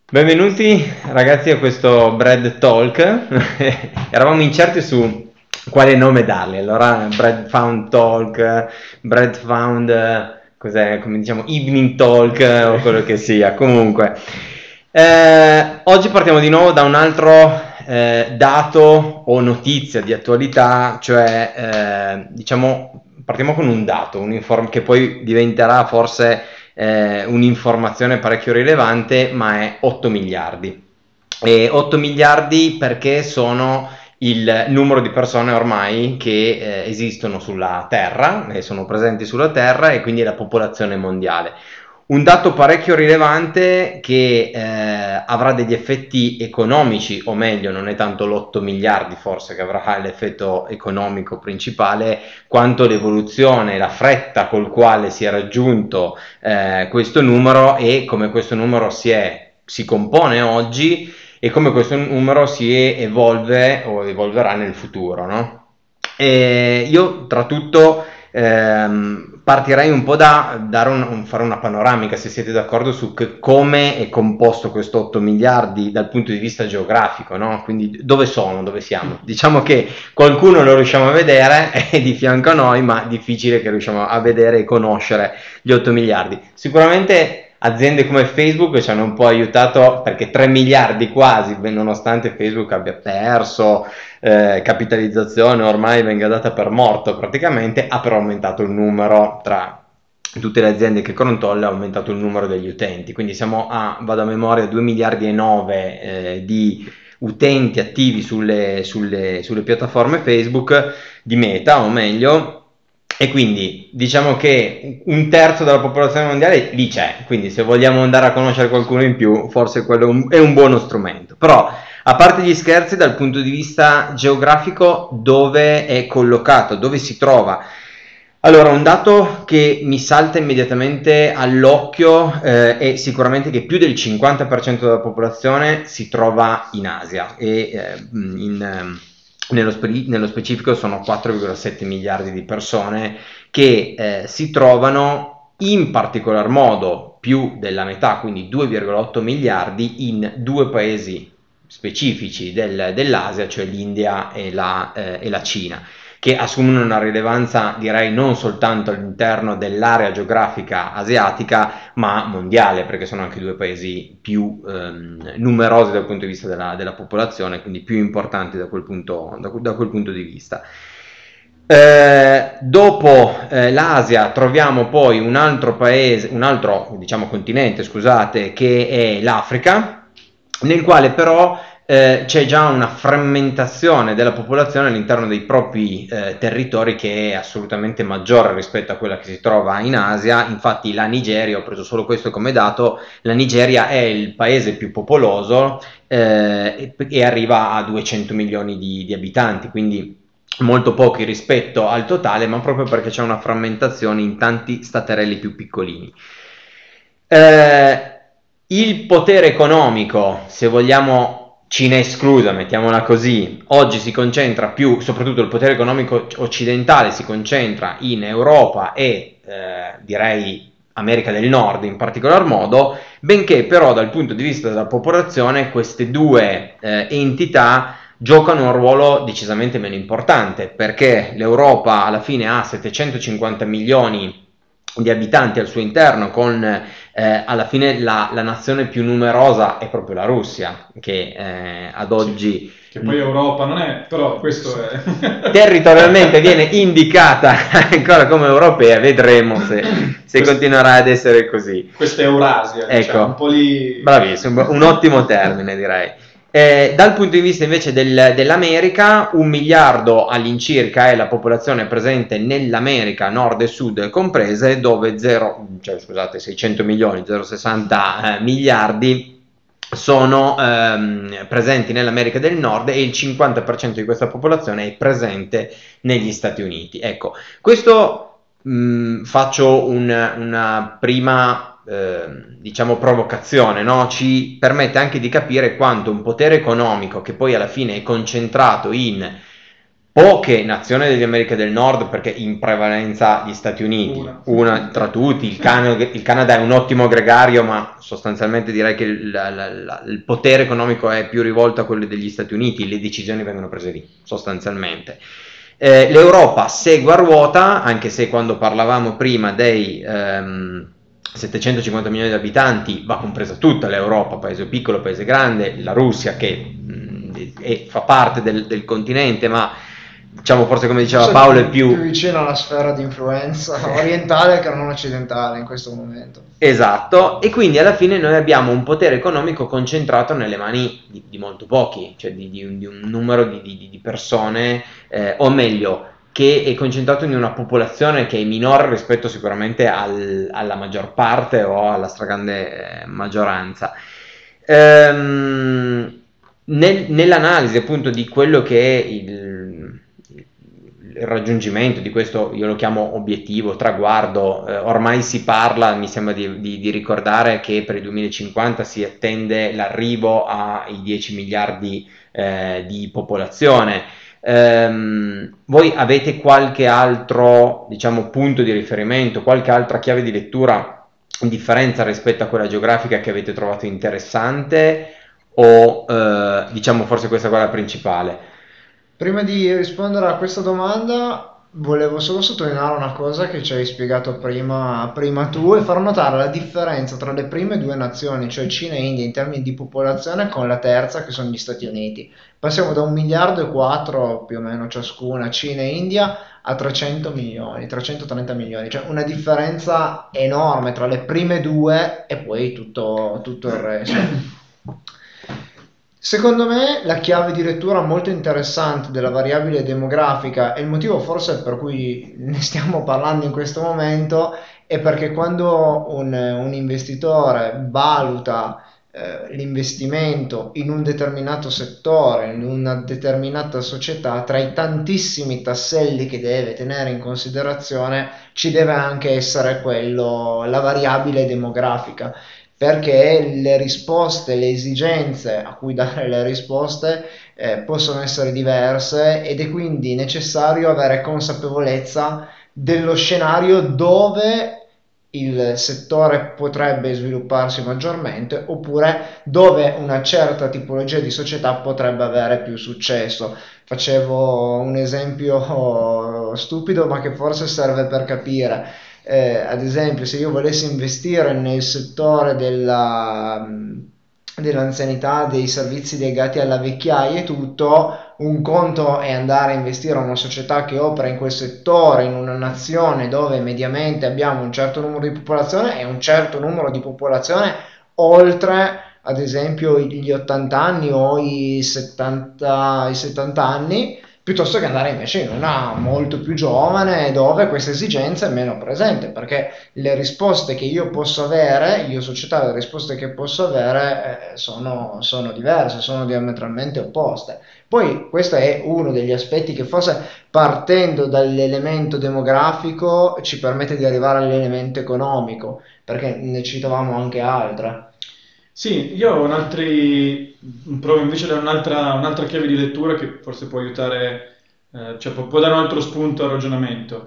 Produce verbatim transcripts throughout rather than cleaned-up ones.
Benvenuti ragazzi a questo Bread Talk. Eravamo incerti su quale nome dargli, allora Bread Found Talk, Bread Found, eh, cos'è, come diciamo, Evening Talk eh, o quello che sia. Comunque, eh, oggi partiamo di nuovo da un altro eh, dato o notizia di attualità, cioè eh, diciamo partiamo con un dato, un inform- che poi diventerà forse eh, un'informazione parecchio rilevante, ma è otto miliardi. E otto miliardi perché sono il numero di persone ormai che eh, esistono sulla Terra, e sono presenti sulla Terra, e quindi la popolazione mondiale. Un dato parecchio rilevante che eh, avrà degli effetti economici, o meglio, non è tanto l'otto miliardi forse che avrà l'effetto economico principale, quanto l'evoluzione, la fretta col quale si è raggiunto eh, questo numero e come questo numero si, è, si compone oggi e come questo numero si evolve o evolverà nel futuro, no? E io tra tutto ehm, partirei un po' da dare un, un- fare una panoramica, se siete d'accordo, su che- come è composto questo otto miliardi dal punto di vista geografico, no? Quindi dove sono, dove siamo? Diciamo che qualcuno lo riusciamo a vedere, è di fianco a noi, ma difficile che riusciamo a vedere e conoscere gli otto miliardi. Sicuramente aziende come Facebook ci hanno un po' aiutato, perché tre miliardi quasi, nonostante Facebook abbia perso eh, capitalizzazione, ormai venga data per morto praticamente, ha però aumentato il numero tra tutte le aziende che controlla, ha aumentato il numero degli utenti, quindi siamo a, vado a memoria, due miliardi e nove eh, di utenti attivi sulle, sulle, sulle piattaforme Facebook di Meta, o meglio, e quindi diciamo che un terzo della popolazione mondiale lì c'è, quindi se vogliamo andare a conoscere qualcuno in più, forse quello è un, è un buono strumento. Però, a parte gli scherzi, dal punto di vista geografico, dove è collocato, dove si trova? Allora, un dato che mi salta immediatamente all'occhio eh, è sicuramente che più del cinquanta per cento della popolazione si trova in Asia e eh, in, ehm, nello, spe- nello specifico sono quattro virgola sette miliardi di persone che eh, si trovano in particolar modo più della metà, quindi due virgola otto miliardi, in due paesi specifici del- dell'Asia, cioè l'India e la, eh, e la Cina, che assumono una rilevanza, direi, non soltanto all'interno dell'area geografica asiatica, ma mondiale, perché sono anche due paesi più ehm, numerosi dal punto di vista della, della popolazione, quindi più importanti da quel punto, da, da quel punto di vista. Eh, dopo eh, l'Asia troviamo poi un altro paese, un altro diciamo continente, scusate, che è l'Africa, nel quale però eh, c'è già una frammentazione della popolazione all'interno dei propri eh, territori che è assolutamente maggiore rispetto a quella che si trova in Asia. Infatti la Nigeria, ho preso solo questo come dato, la Nigeria è il paese più popoloso eh, e, e arriva a duecento milioni di, di abitanti, quindi molto pochi rispetto al totale, ma proprio perché c'è una frammentazione in tanti staterelli più piccolini. Eh, il potere economico, se vogliamo, Cina esclusa, mettiamola così, oggi si concentra più, soprattutto il potere economico occidentale si concentra in Europa e eh, direi America del Nord in particolar modo, benché però dal punto di vista della popolazione queste due eh, entità giocano un ruolo decisamente meno importante, perché l'Europa alla fine ha settecentocinquanta milioni di abitanti al suo interno, con eh, alla fine la, la nazione più numerosa è proprio la Russia, che eh, ad oggi... Sì, che poi Europa non è, però questo è... territorialmente viene indicata ancora come europea, vedremo se, se Quest- continuerà ad essere così. Questa è Eurasia, diciamo, un Ecco, po' lì... bravissimo, un ottimo termine direi. Eh, dal punto di vista invece del, dell'America, un miliardo all'incirca è la popolazione presente nell'America, nord e sud comprese, dove zero, cioè, scusate, seicento milioni, zero virgola sessanta eh, miliardi sono ehm, presenti nell'America del Nord e il cinquanta per cento di questa popolazione è presente negli Stati Uniti. Ecco, questo mh, faccio un, una prima eh, diciamo provocazione, no? Ci permette anche di capire quanto un potere economico che poi alla fine è concentrato in poche nazioni dell'America del Nord, perché in prevalenza gli Stati Uniti, Una. una tra tutti, il, Can- il Canada è un ottimo gregario, ma sostanzialmente direi che il, la- la- la- il potere economico è più rivolto a quello degli Stati Uniti, le decisioni vengono prese lì, sostanzialmente. Eh, L'Europa segue a ruota, anche se quando parlavamo prima dei ehm, settecentocinquanta milioni di abitanti va compresa tutta l'Europa, paese piccolo, paese grande, la Russia che mh, è- fa parte del, del continente, ma diciamo forse come diceva Forse Paolo è più, più più... vicino alla sfera di influenza orientale che non occidentale in questo momento. Esatto, e quindi alla fine noi abbiamo un potere economico concentrato nelle mani di, di molto pochi, cioè di, di un, di un numero di, di- di persone, eh, o meglio, che è concentrato in una popolazione che è minore rispetto sicuramente al- alla maggior parte o alla stragrande eh, maggioranza. Ehm, nel- nell'analisi appunto di quello che è il, il raggiungimento di questo, io lo chiamo obiettivo, traguardo, eh, ormai si parla, mi sembra di, di- di ricordare che per il duemilacinquanta si attende l'arrivo ai dieci miliardi eh, di popolazione. Ehm, voi avete qualche altro, diciamo, punto di riferimento, qualche altra chiave di lettura in differenza rispetto a quella geografica che avete trovato interessante o eh, diciamo forse questa è quella principale? Prima di rispondere a questa domanda, volevo solo sottolineare una cosa che ci hai spiegato prima, prima tu e far notare la differenza tra le prime due nazioni, cioè Cina e India, in termini di popolazione, con la terza, che sono gli Stati Uniti. Passiamo da un miliardo e quattro più o meno ciascuna, Cina e India, a trecento milioni, trecentotrenta milioni, cioè una differenza enorme tra le prime due e poi tutto, tutto il resto. Secondo me la chiave di lettura molto interessante della variabile demografica e il motivo forse per cui ne stiamo parlando in questo momento è perché quando un, un investitore valuta eh, l'investimento in un determinato settore, in una determinata società, tra i tantissimi tasselli che deve tenere in considerazione ci deve anche essere quello, la variabile demografica, perché le risposte, le esigenze a cui dare le risposte eh, possono essere diverse ed è quindi necessario avere consapevolezza dello scenario dove il settore potrebbe svilupparsi maggiormente oppure dove una certa tipologia di società potrebbe avere più successo. Facevo un esempio stupido ma che forse serve per capire. Eh, ad esempio, se io volessi investire nel settore della, dell'anzianità, dei servizi legati alla vecchiaia e tutto, un conto è andare a investire in una società che opera in quel settore, in una nazione dove mediamente abbiamo un certo numero di popolazione e un certo numero di popolazione oltre, ad esempio, gli ottanta anni o i settanta, i settanta anni, piuttosto che andare invece in una molto più giovane dove questa esigenza è meno presente, perché le risposte che io posso avere, io società, le risposte che posso avere eh, sono, sono diverse, sono diametralmente opposte. Poi questo è uno degli aspetti che forse partendo dall'elemento demografico ci permette di arrivare all'elemento economico, perché ne citavamo anche altre. Sì, io ho un altri, provo invece a dare un'altra un'altra chiave di lettura che forse può aiutare, eh, cioè può, può dare un altro spunto al ragionamento.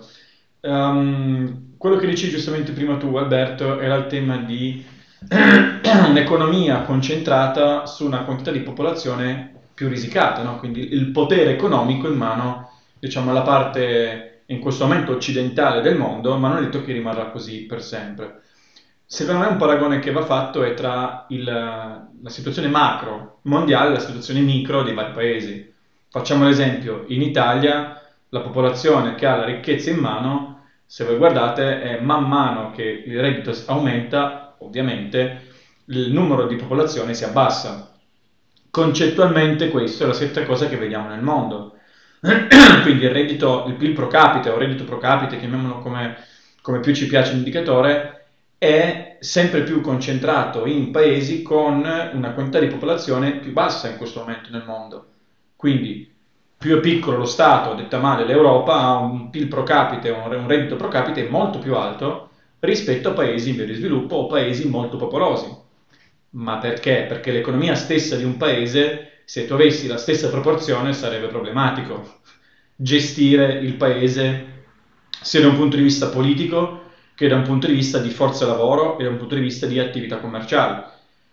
Ehm, quello che dici giustamente prima tu, Alberto, era il tema di un'economia concentrata su una quantità di popolazione più risicata, no? Quindi il potere economico in mano, diciamo, alla parte in questo momento occidentale del mondo, ma non è detto che rimarrà così per sempre. Secondo me un paragone che va fatto è tra il- la situazione macro mondiale e la situazione micro dei vari paesi. Facciamo l'esempio, in Italia la popolazione che ha la ricchezza in mano, se voi guardate, è man mano che il reddito aumenta, ovviamente, il numero di popolazione si abbassa. Concettualmente questo è la stessa cosa che vediamo nel mondo. Quindi il reddito, il P I L pro capite o reddito pro capite, chiamiamolo come, come più ci piace l'indicatore, è sempre più concentrato in paesi con una quantità di popolazione più bassa in questo momento nel mondo. Quindi più è piccolo lo Stato, detta male l'Europa, ha un P I L pro capite, un un reddito pro capite molto più alto rispetto a paesi in via di sviluppo o paesi molto popolosi. Ma perché? Perché l'economia stessa di un paese, se tu avessi la stessa proporzione, sarebbe problematico. gestire il paese sia da un punto di vista politico che da un punto di vista di forza lavoro e da un punto di vista di attività commerciali.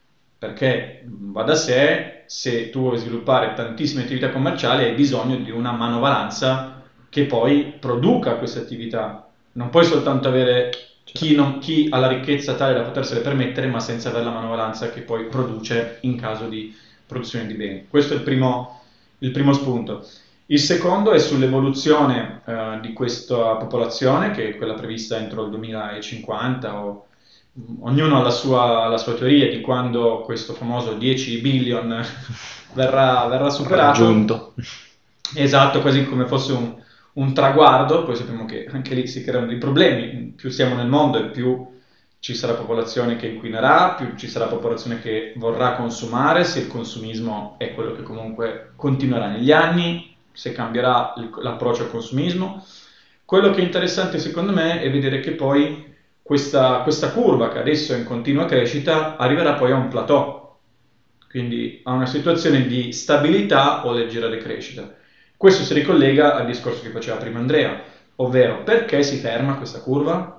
Perché va da sé, se tu vuoi sviluppare tantissime attività commerciali hai bisogno di una manovalanza che poi produca queste attività. Non puoi soltanto avere chi, non, chi ha la ricchezza tale da potersele permettere, ma senza avere la manovalanza che poi produce in caso di produzione di beni. Questo è il primo, il primo spunto. Il secondo è sull'evoluzione eh, di questa popolazione, che è quella prevista entro il duemilacinquanta, o ognuno ha la sua, la sua teoria di quando questo famoso dieci billion verrà, verrà superato. Raggiunto. Esatto, quasi come fosse un, un traguardo. Poi sappiamo che anche lì si creano dei problemi, più siamo nel mondo e più ci sarà popolazione che inquinerà, più ci sarà popolazione che vorrà consumare, se il consumismo è quello che comunque continuerà negli anni, se cambierà l'approccio al consumismo. Quello che è interessante secondo me è vedere che poi questa, questa curva, che adesso è in continua crescita, arriverà poi a un plateau, quindi a una situazione di stabilità o leggera decrescita. Questo si ricollega al discorso che faceva prima Andrea, ovvero perché si ferma questa curva?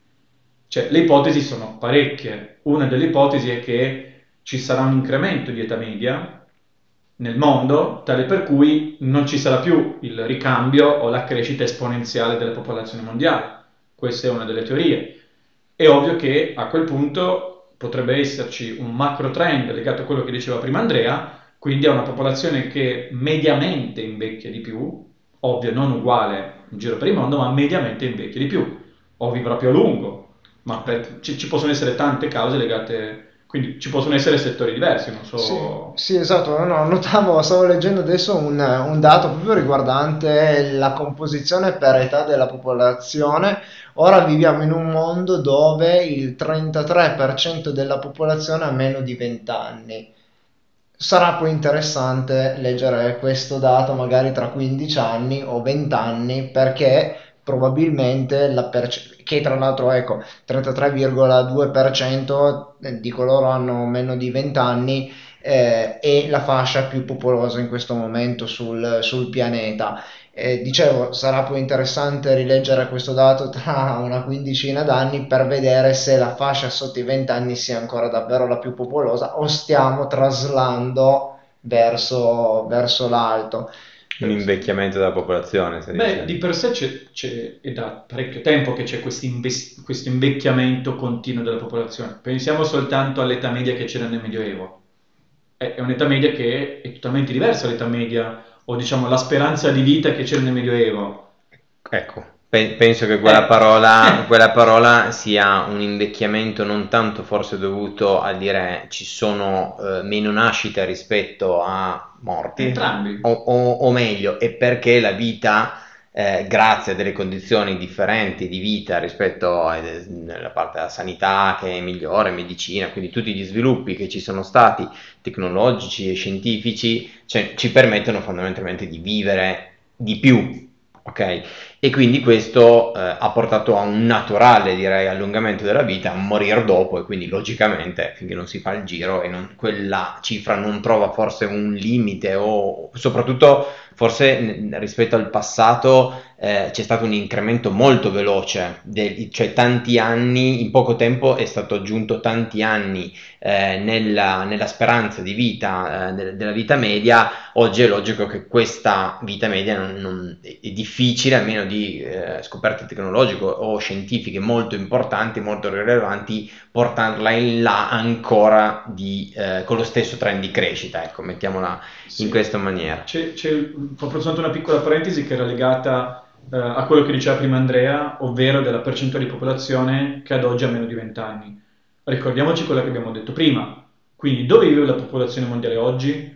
Cioè, le ipotesi sono parecchie. Una delle ipotesi è che ci sarà un incremento di età media nel mondo, tale per cui non ci sarà più il ricambio o la crescita esponenziale della popolazione mondiale. Questa è una delle teorie. È ovvio che a quel punto potrebbe esserci un macro trend legato a quello che diceva prima Andrea, quindi a una popolazione che mediamente invecchia di più, ovvio non uguale in giro per il mondo, ma mediamente invecchia di più, o vivrà più a lungo, ma per, ci, ci possono essere tante cause legate. Quindi ci possono essere settori diversi, non so. Sì, sì, esatto, no, no, notavo, stavo leggendo adesso un, un dato proprio riguardante la composizione per età della popolazione. Ora viviamo in un mondo dove il trentatré per cento della popolazione ha meno di venti anni. Sarà poi interessante leggere questo dato magari tra quindici anni o venti anni, perché probabilmente la percentuale, che tra l'altro ecco, trentatré virgola due per cento di coloro hanno meno di venti anni, eh, è la fascia più popolosa in questo momento sul, sul pianeta. Eh, dicevo, sarà poi interessante rileggere questo dato tra una quindicina d'anni per vedere se la fascia sotto i venti anni sia ancora davvero la più popolosa o stiamo traslando verso, verso l'alto. Un invecchiamento della popolazione, se Beh, dice. di per sé c'è, c'è- è da parecchio tempo che c'è questo inves- questo invecchiamento continuo della popolazione. Pensiamo soltanto all'età media che c'era nel Medioevo. È, è un'età media che è totalmente diversa dall'età media, o diciamo la speranza di vita che c'era nel Medioevo. Ecco, pe- penso che quella Eh. parola, quella parola sia un invecchiamento non tanto forse dovuto a dire ci sono eh, meno nascite rispetto a morti, Entrambi. o, o- o meglio, è perché la vita, eh, grazie a delle condizioni differenti di vita rispetto alla parte della sanità che è migliore, medicina, quindi tutti gli sviluppi che ci sono stati tecnologici e scientifici, cioè, ci permettono fondamentalmente di vivere di più. Ok, e quindi questo eh, ha portato a un naturale, direi, allungamento della vita, a morire dopo, e quindi logicamente finché non si fa il giro e non, quella cifra non trova forse un limite, o soprattutto forse n- rispetto al passato eh, c'è stato un incremento molto veloce, de- cioè tanti anni, in poco tempo è stato aggiunto tanti anni eh, nella, nella speranza di vita, eh, de- della vita media. Oggi è logico che questa vita media non, non- è difficile, almeno di eh, scoperte tecnologiche o scientifiche molto importanti, molto rilevanti, portarla in là ancora di, eh, con lo stesso trend di crescita, ecco, mettiamola Sì. in questa maniera. C'è, c'è, ho soltanto una piccola parentesi che era legata eh, a quello che diceva prima Andrea, ovvero della percentuale di popolazione che ad oggi ha meno di venti anni. Ricordiamoci quello che abbiamo detto prima. Quindi dove vive la popolazione mondiale oggi?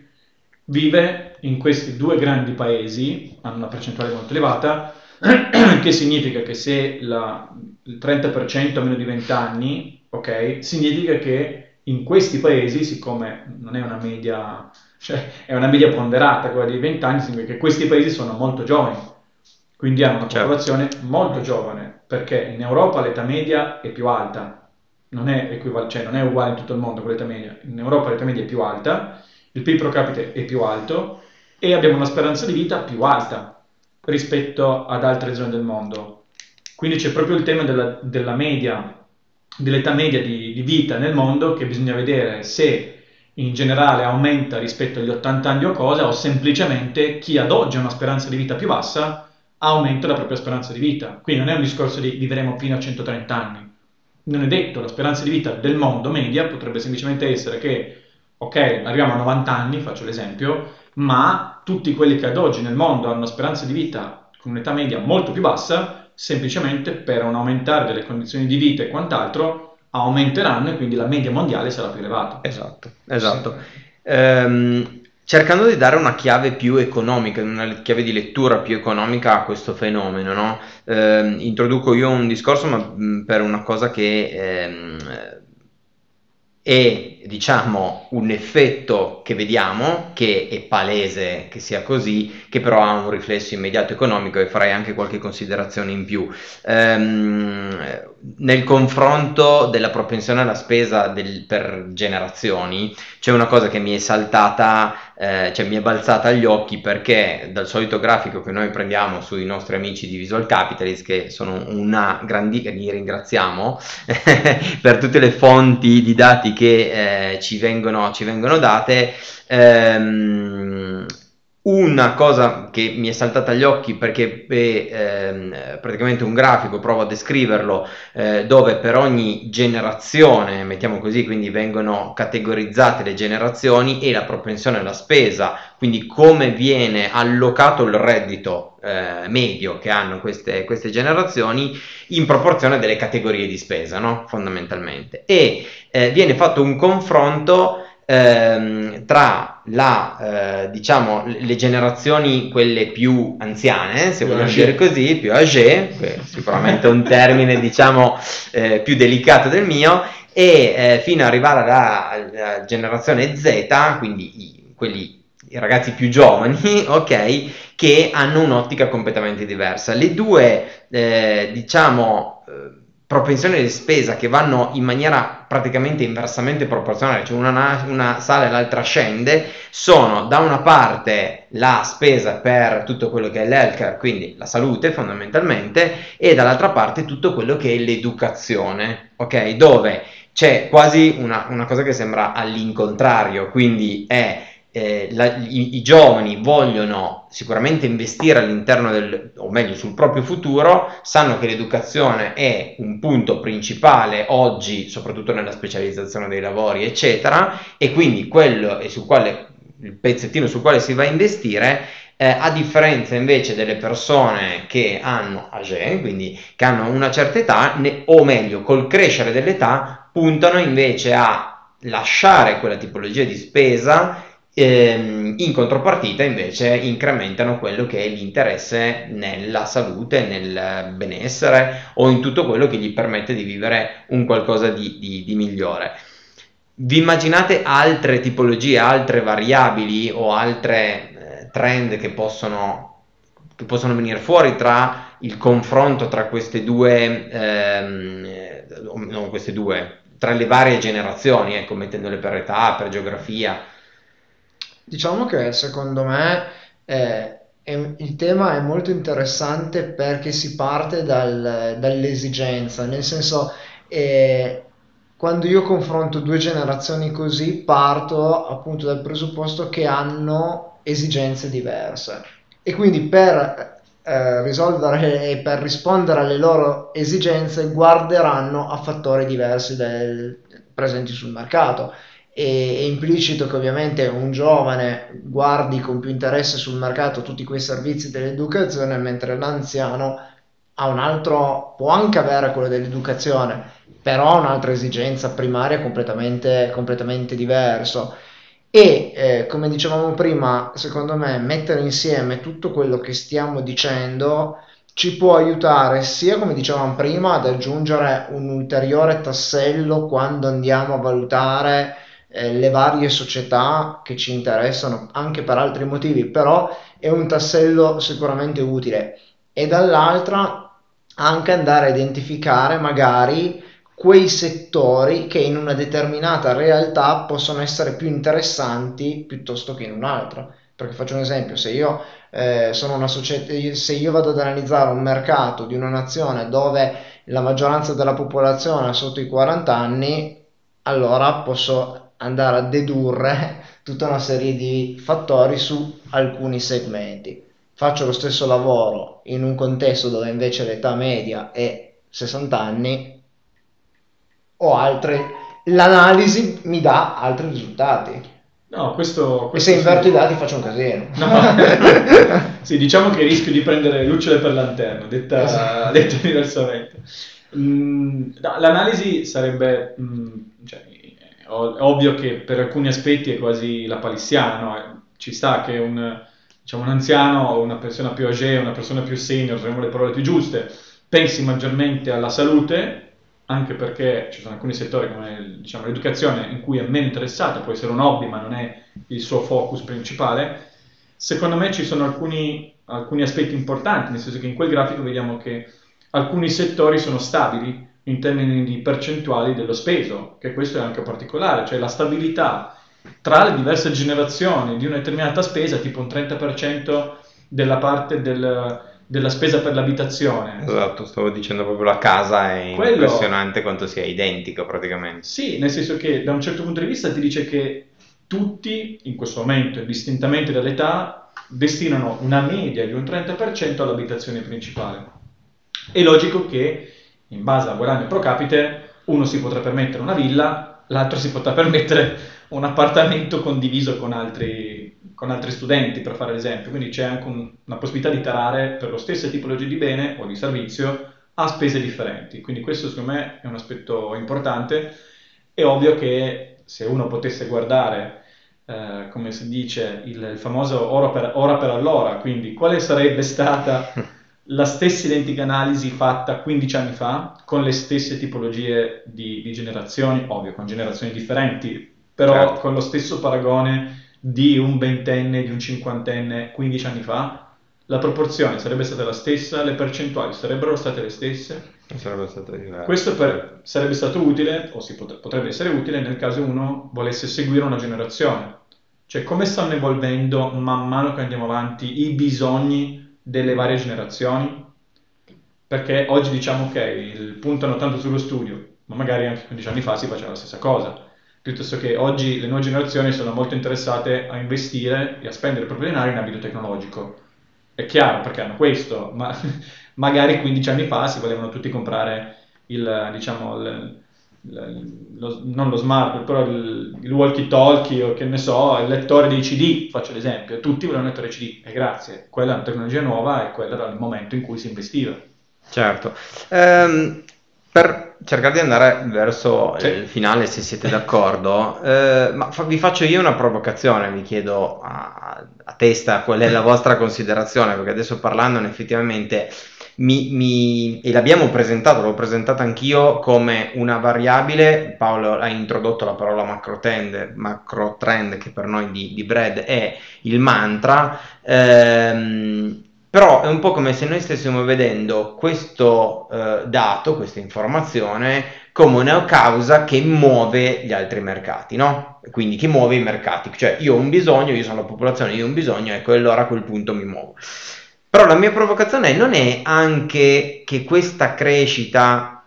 Vive in questi due grandi paesi, hanno una percentuale molto elevata, che significa che se la- il trenta per cento ha meno di venti anni, ok, significa che in questi paesi, siccome non è una media, cioè è una media ponderata, quella di venti anni, significa che questi paesi sono molto giovani, quindi hanno una Certo. popolazione molto giovane, perché in Europa l'età media è più alta, non è, equival- cioè non è uguale in tutto il mondo con l'età media, in Europa l'età media è più alta, il P I B pro capite è più alto e abbiamo una speranza di vita più alta. rispetto ad altre zone del mondo. Quindi c'è proprio il tema della, della media, dell'età media di, di vita nel mondo, che bisogna vedere se in generale aumenta rispetto agli ottanta anni o cosa, o semplicemente chi ad oggi ha una speranza di vita più bassa aumenta la propria speranza di vita. Quindi non è un discorso di vivremo fino a centotrenta anni. Non è detto, la speranza di vita del mondo media potrebbe semplicemente essere che, ok, arriviamo a novanta anni, faccio l'esempio, ma tutti quelli che ad oggi nel mondo hanno una speranza di vita con un'età media molto più bassa, semplicemente per un aumentare delle condizioni di vita e quant'altro, aumenteranno e quindi la media mondiale sarà più elevata. Esatto, esatto. Ehm, cercando di dare una chiave più economica, una chiave di lettura più economica a questo fenomeno, no? Ehm, introduco io un discorso, ma mh, per una cosa che ehm, è, diciamo, un effetto che vediamo, che è palese che sia così, che però ha un riflesso immediato economico, e farei anche qualche considerazione in più. Ehm, nel confronto della propensione alla spesa del, per generazioni, c'è una cosa che mi è saltata, eh, cioè mi è balzata agli occhi, perché dal solito grafico che noi prendiamo sui nostri amici di Visual Capitalist, che sono una grandi, li ringraziamo per tutte le fonti di dati che eh, ci vengono, ci vengono date, ehm, una cosa che mi è saltata agli occhi, perché è ehm, praticamente un grafico, provo a descriverlo, eh, dove per ogni generazione, mettiamo così, quindi vengono categorizzate le generazioni e la propensione alla spesa, quindi come viene allocato il reddito eh, medio che hanno queste, queste generazioni in proporzione delle categorie di spesa, no? Fondamentalmente. E eh, viene fatto un confronto Ehm, tra la, eh, diciamo, le generazioni, quelle più anziane, se Più vogliamo âgé. dire così, più âgé, che sicuramente è un termine, diciamo, eh, più delicato del mio, e eh, fino ad arrivare alla, alla generazione Z, quindi i, quelli, i ragazzi più giovani, ok, che hanno un'ottica completamente diversa. Le due, eh, diciamo, eh, propensioni di spesa che vanno in maniera praticamente inversamente proporzionale, cioè una, una sale e l'altra scende, sono da una parte la spesa per tutto quello che è l'healthcare, quindi la salute fondamentalmente, e dall'altra parte tutto quello che è l'educazione, ok? Dove c'è quasi una, una cosa che sembra all'incontrario, quindi è Eh, la, i, i giovani vogliono sicuramente investire all'interno del, o meglio sul proprio futuro, sanno che l'educazione è un punto principale oggi, soprattutto nella specializzazione dei lavori eccetera, e quindi quello è sul quale, il pezzettino sul quale si va a investire, eh, a differenza invece delle persone che hanno âgé, quindi che hanno una certa età, ne, o meglio col crescere dell'età puntano invece a lasciare quella tipologia di spesa. In contropartita invece incrementano quello che è l'interesse nella salute, nel benessere o in tutto quello che gli permette di vivere un qualcosa di, di, di migliore. Vi immaginate altre tipologie, altre variabili o altre eh, trend che possono, che possono venire fuori tra il confronto tra queste due, ehm, non queste due, tra le varie generazioni, ecco, mettendole per età, per geografia? Diciamo che secondo me eh, è- il tema è molto interessante perché si parte dal- dall'esigenza, nel senso, eh, quando io confronto due generazioni così, parto appunto dal presupposto che hanno esigenze diverse e quindi per eh, risolvere e per rispondere alle loro esigenze guarderanno a fattori diversi del- presenti sul mercato. E- È implicito che ovviamente un giovane guardi con più interesse sul mercato tutti quei servizi dell'educazione, mentre l'anziano ha un altro, può anche avere quello dell'educazione, però ha un'altra esigenza primaria completamente, completamente diverso. E eh, come dicevamo prima, secondo me mettere insieme tutto quello che stiamo dicendo ci può aiutare sia, come dicevamo prima, ad aggiungere un ulteriore tassello quando andiamo a valutare eh, le varie società che ci interessano anche per altri motivi, però è un tassello sicuramente utile. E dall'altra anche andare a identificare magari quei settori che in una determinata realtà possono essere più interessanti piuttosto che in un'altra. Perché faccio un esempio, se io eh, sono una società, se io vado ad analizzare un mercato di una nazione dove la maggioranza della popolazione è sotto i quaranta anni, allora posso andare a dedurre tutta una serie di fattori su alcuni segmenti. Faccio lo stesso lavoro in un contesto dove invece l'età media è sessanta anni, o altre, l'analisi mi dà altri risultati. No, questo, E questo se inverto sì. i dati faccio un casino. No. Sì, diciamo che rischio di prendere lucciole per lanterna, detta, Esatto. detta diversamente. Mm, no, l'analisi sarebbe, mm, cioè, è ov- è ovvio che per alcuni aspetti è quasi la palissiana, no? Eh, Ci sta che un, diciamo, un anziano o una persona più âgée, una persona più senior, usiamo le parole più giuste, pensi maggiormente alla salute, anche perché ci sono alcuni settori come, diciamo, l'educazione in cui è meno interessata, può essere un hobby ma non è il suo focus principale. Secondo me ci sono alcuni, alcuni aspetti importanti, nel senso che in quel grafico vediamo che alcuni settori sono stabili in termini di percentuali dello speso, che questo è anche particolare, cioè la stabilità tra le diverse generazioni di una determinata spesa, tipo un trenta per cento della parte del, della spesa per l'abitazione. Esatto, stavo dicendo proprio la casa, è Quello- impressionante quanto sia identico praticamente. Sì, nel senso che da un certo punto di vista ti dice che tutti, in questo momento, indistintamente dall'età, destinano una media di un trenta per cento all'abitazione principale. È logico che, in base al guadagno pro capite, uno si potrà permettere una villa, l'altro si potrà permettere un appartamento condiviso con altri, con altri studenti, per fare l'esempio. Quindi c'è anche un- una possibilità di tarare per lo stesso tipologia di bene o di servizio a spese differenti. Quindi questo secondo me è un aspetto importante. È ovvio che se uno potesse guardare, eh, come si dice, il, il famoso ora per, ora per allora, quindi quale sarebbe stata la stessa identica analisi fatta quindici anni fa, con le stesse tipologie di, di generazioni, ovvio, con generazioni differenti, però Certo. con lo stesso paragone di un ventenne, di un cinquantenne quindici anni fa, la proporzione sarebbe stata la stessa, le percentuali sarebbero state le stesse. Sarebbe stato diverso. Questo per- sarebbe stato utile, o si pot- potrebbe essere utile, nel caso uno volesse seguire una generazione. Cioè, come stanno evolvendo man mano che andiamo avanti i bisogni delle varie generazioni? Perché oggi diciamo che il puntano tanto sullo studio, ma magari anche quindici anni fa si faceva la stessa cosa. Piuttosto che oggi le nuove generazioni sono molto interessate a investire e a spendere il proprio denaro in ambito tecnologico. È chiaro perché hanno questo, ma magari quindici anni fa si volevano tutti comprare il, diciamo, il- il- lo- non lo smart, però il, il walkie-talkie o che ne so, il lettore dei C D, faccio l'esempio. Tutti volevano leggere C D e grazie, quella è una tecnologia nuova e quello era il momento in cui si investiva. Certo. Ehm, per cercare di andare verso Sì. il finale, se siete d'accordo, eh, ma fa- vi faccio io una provocazione, vi chiedo a, a testa qual è la vostra considerazione, perché adesso parlandone effettivamente mi, mi- e l'abbiamo presentato, l'ho presentata anch'io come una variabile. Paolo ha introdotto la parola macro trend, macro trend che per noi di, di Brad è il mantra. Ehm, però è un po' come se noi stessimo vedendo questo eh, dato, questa informazione, come una causa che muove gli altri mercati, no? Quindi che muove i mercati, cioè io ho un bisogno, io sono la popolazione, io ho un bisogno, ecco, e allora a quel punto mi muovo. Però la mia provocazione non è anche che questa crescita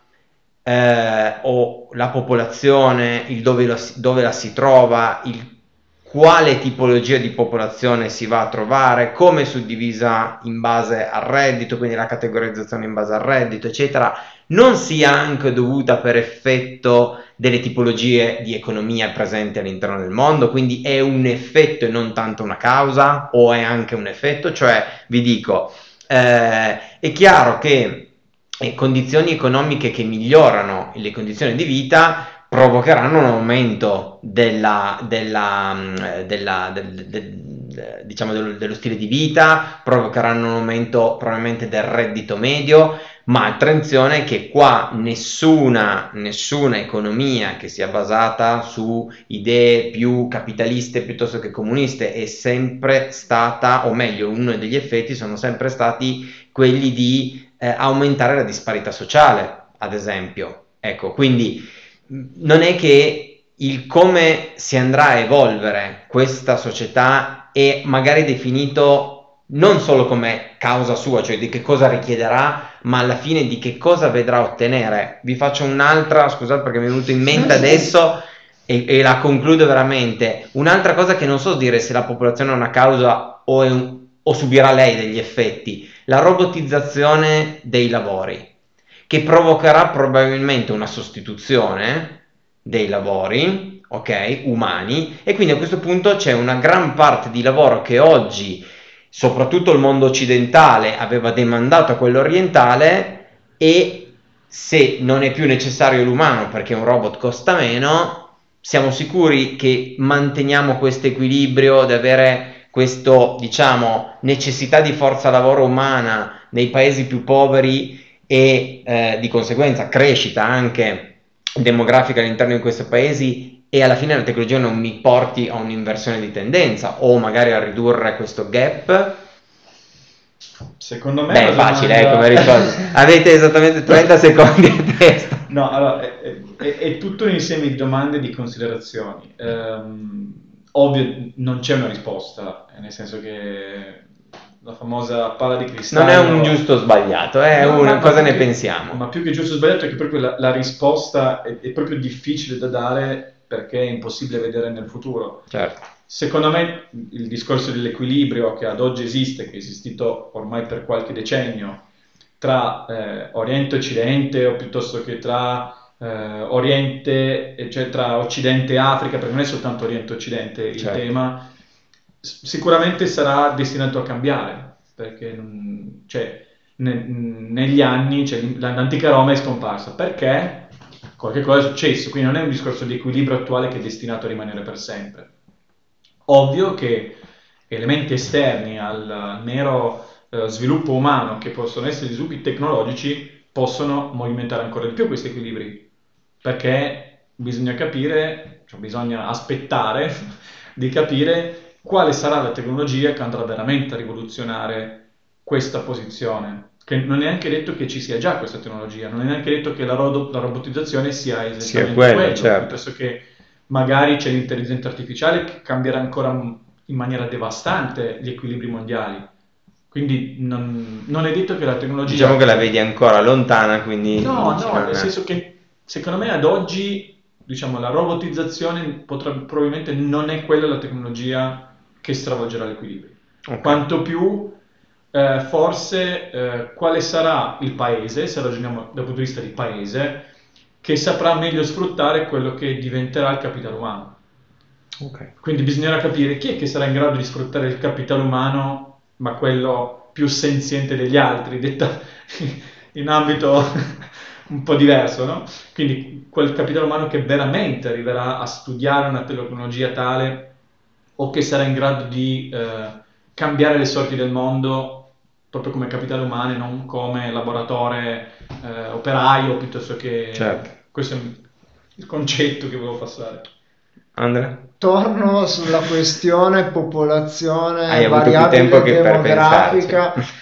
eh, o la popolazione, il dove, la, dove la si trova, il quale tipologia di popolazione si va a trovare, come è suddivisa in base al reddito, quindi la categorizzazione in base al reddito, eccetera, non sia anche dovuta per effetto delle tipologie di economia presenti all'interno del mondo, quindi è un effetto e non tanto una causa, o è anche un effetto, cioè vi dico, eh, è chiaro che eh, condizioni economiche che migliorano le condizioni di vita provocheranno un aumento della, della, mh, della, del, del- del- diciamo dello, dello stile di vita, provocheranno un aumento probabilmente del reddito medio, ma attenzione che qua nessuna, nessuna economia che sia basata su idee più capitaliste piuttosto che comuniste è sempre stata, o meglio, uno degli effetti sono sempre stati quelli di eh, aumentare la disparità sociale, ad esempio. Ecco, quindi non è che il come si andrà a evolvere questa società e magari definito non solo come causa sua, cioè di che cosa richiederà, ma alla fine di che cosa vedrà ottenere. Vi faccio un'altra, scusate perché mi è venuto in mente adesso e, e la concludo veramente. Un'altra cosa che non so dire se la popolazione è una causa o, è un, o subirà lei degli effetti, la robotizzazione dei lavori, che provocherà probabilmente una sostituzione dei lavori, ok, umani, e quindi a questo punto c'è una gran parte di lavoro che oggi soprattutto il mondo occidentale aveva demandato a quello orientale, e se non è più necessario l'umano perché un robot costa meno, siamo sicuri che manteniamo questo equilibrio di avere questo, diciamo, necessità di forza lavoro umana nei paesi più poveri e eh, di conseguenza crescita anche demografica all'interno di questi paesi, e alla fine la tecnologia non mi porti a un'inversione di tendenza o magari a ridurre questo gap? Secondo me Beh, è la facile, eh, domanda- come risposta. Avete esattamente trenta secondi a testa. No, allora, è, è- è tutto un insieme di domande e di considerazioni. Ehm, ovvio, non c'è una risposta, eh, nel senso che la famosa palla di cristallo... Non è un giusto o sbagliato, è No, una ma- cosa ma ne più- pensiamo. Ma più che giusto o sbagliato è che proprio la, la risposta è, è proprio difficile da dare perché è impossibile vedere nel futuro. Certo. Secondo me il discorso dell'equilibrio che ad oggi esiste, che è esistito ormai per qualche decennio, tra eh, Oriente e Occidente, o piuttosto che tra eh, Oriente, e cioè tra Occidente e Africa, perché non è soltanto Oriente e Occidente il Certo. tema, s- sicuramente sarà destinato a cambiare, perché non- cioè, ne- negli anni cioè, l'antica Roma è scomparsa, perché qualche cosa è successo, quindi non è un discorso di equilibrio attuale che è destinato a rimanere per sempre. Ovvio che elementi esterni al, al mero eh, sviluppo umano, che possono essere gli sviluppi tecnologici, possono movimentare ancora di più questi equilibri, perché bisogna capire, cioè bisogna aspettare di capire quale sarà la tecnologia che andrà veramente a rivoluzionare questa posizione. Che non è neanche detto che ci sia già questa tecnologia, non è neanche detto che la, ro- la robotizzazione sia esattamente Sia quella, quello, certo. piuttosto che magari c'è l'intelligenza artificiale che cambierà ancora in maniera devastante gli equilibri mondiali. Quindi non, non è detto che la tecnologia... Diciamo che la vedi ancora lontana, quindi No, dici, no, non nel è- senso che secondo me ad oggi, diciamo, la robotizzazione potrebbe, probabilmente non è quella la tecnologia che stravolgerà l'equilibrio. Ok. Quanto più eh, forse eh, quale sarà il paese, se ragioniamo dal punto di vista di paese, che saprà meglio sfruttare quello che diventerà il capitale umano. Ok. Quindi bisognerà capire chi è che sarà in grado di sfruttare il capitale umano, ma quello più senziente degli altri, detta in ambito un po' diverso, no? Quindi quel capitale umano che veramente arriverà a studiare una tecnologia tale o che sarà in grado di eh, cambiare le sorti del mondo proprio come capitale umano e non come lavoratore eh, operaio piuttosto che... Certo. Questo è il concetto che volevo passare. Andrea? Torno sulla questione popolazione, Hai avuto più variabile tempo che per demografica, pensarci.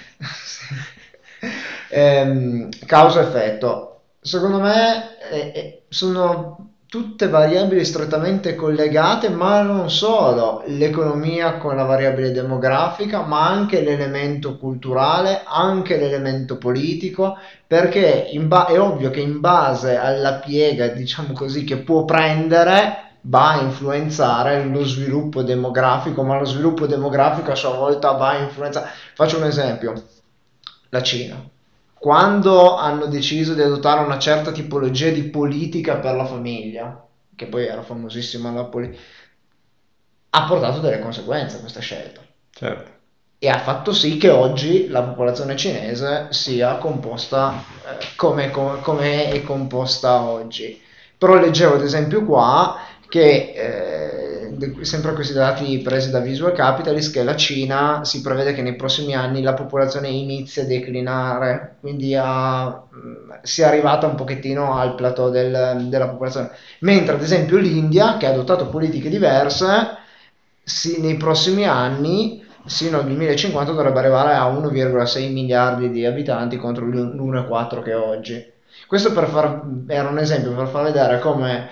ehm, causa-effetto. Secondo me eh, eh, sono tutte variabili strettamente collegate, ma non solo l'economia con la variabile demografica, ma anche l'elemento culturale, anche l'elemento politico, perché in ba- è ovvio che in base alla piega, diciamo così, che può prendere, va a influenzare lo sviluppo demografico, ma lo sviluppo demografico a sua volta va a influenzare. Faccio un esempio: la Cina, quando hanno deciso di adottare una certa tipologia di politica per la famiglia, che poi era famosissima la politica, ha portato delle conseguenze a questa scelta Certo. e ha fatto sì che oggi la popolazione cinese sia composta eh, come, come, come è composta oggi. Però leggevo ad esempio qua che eh, sempre questi dati presi da Visual Capitalist, che la Cina si prevede che nei prossimi anni la popolazione inizi a declinare, quindi a, mh, sia arrivata un pochettino al plateau del- della popolazione, mentre ad esempio l'India, che ha adottato politiche diverse, si- nei prossimi anni sino al duemilacinquanta dovrebbe arrivare a uno virgola sei miliardi di abitanti contro l'uno virgola quattro che è oggi. Questo per far, era un esempio per far vedere come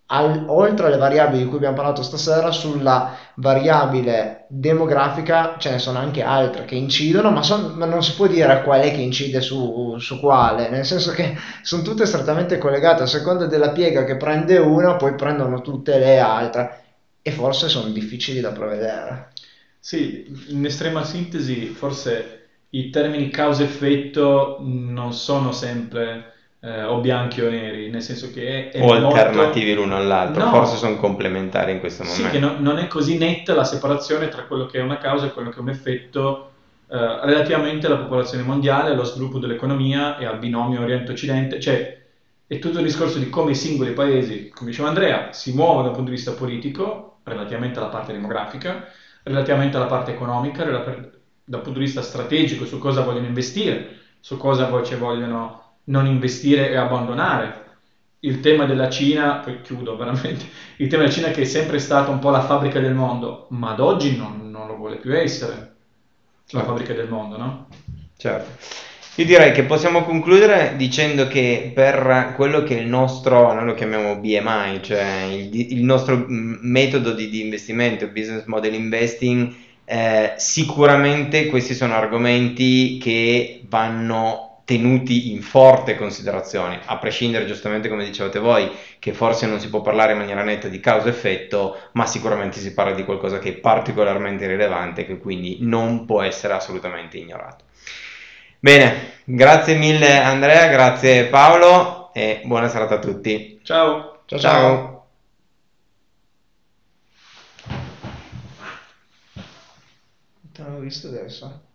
al- oltre alle variabili di cui abbiamo parlato stasera, sulla variabile demografica ce ne sono anche altre che incidono, ma, son- ma non si può dire qual è che incide su, su quale, nel senso che sono tutte strettamente collegate, a seconda della piega che prende una, poi prendono tutte le altre, e forse sono difficili da prevedere. Sì, in estrema sintesi, forse i termini causa-effetto non sono sempre eh, o bianchi o neri, nel senso che è, O è alternativi molto... l'uno all'altro, forse No, sono complementari in questo sì, che momento. no- non è così netta la separazione tra quello che è una causa e quello che è un effetto eh, relativamente alla popolazione mondiale, allo sviluppo dell'economia e al binomio Oriente-Occidente, cioè è tutto il discorso di come i singoli paesi, come diceva Andrea, si muovono dal punto di vista politico, relativamente alla parte demografica, relativamente alla parte economica, rela- dal punto di vista strategico, su cosa vogliono investire, su cosa invece vogliono non investire e abbandonare. Il tema della Cina, poi chiudo veramente, il tema della Cina che è sempre stata un po' la fabbrica del mondo, ma ad oggi non, non lo vuole più essere la Certo. fabbrica del mondo, no? Certo. Io direi che possiamo concludere dicendo che per quello che è il nostro, noi lo chiamiamo B M I, cioè il, di- il nostro mm, metodo di, di investimento, business model investing, eh, sicuramente questi sono argomenti che vanno tenuti in forte considerazione, a prescindere giustamente come dicevate voi, che forse non si può parlare in maniera netta di causa-effetto, ma sicuramente si parla di qualcosa che è particolarmente rilevante e che quindi non può essere assolutamente ignorato. Bene, grazie mille Andrea, grazie Paolo e buona serata a tutti. Ciao! Ciao ciao! Ciao! Te l'avevo visto adesso.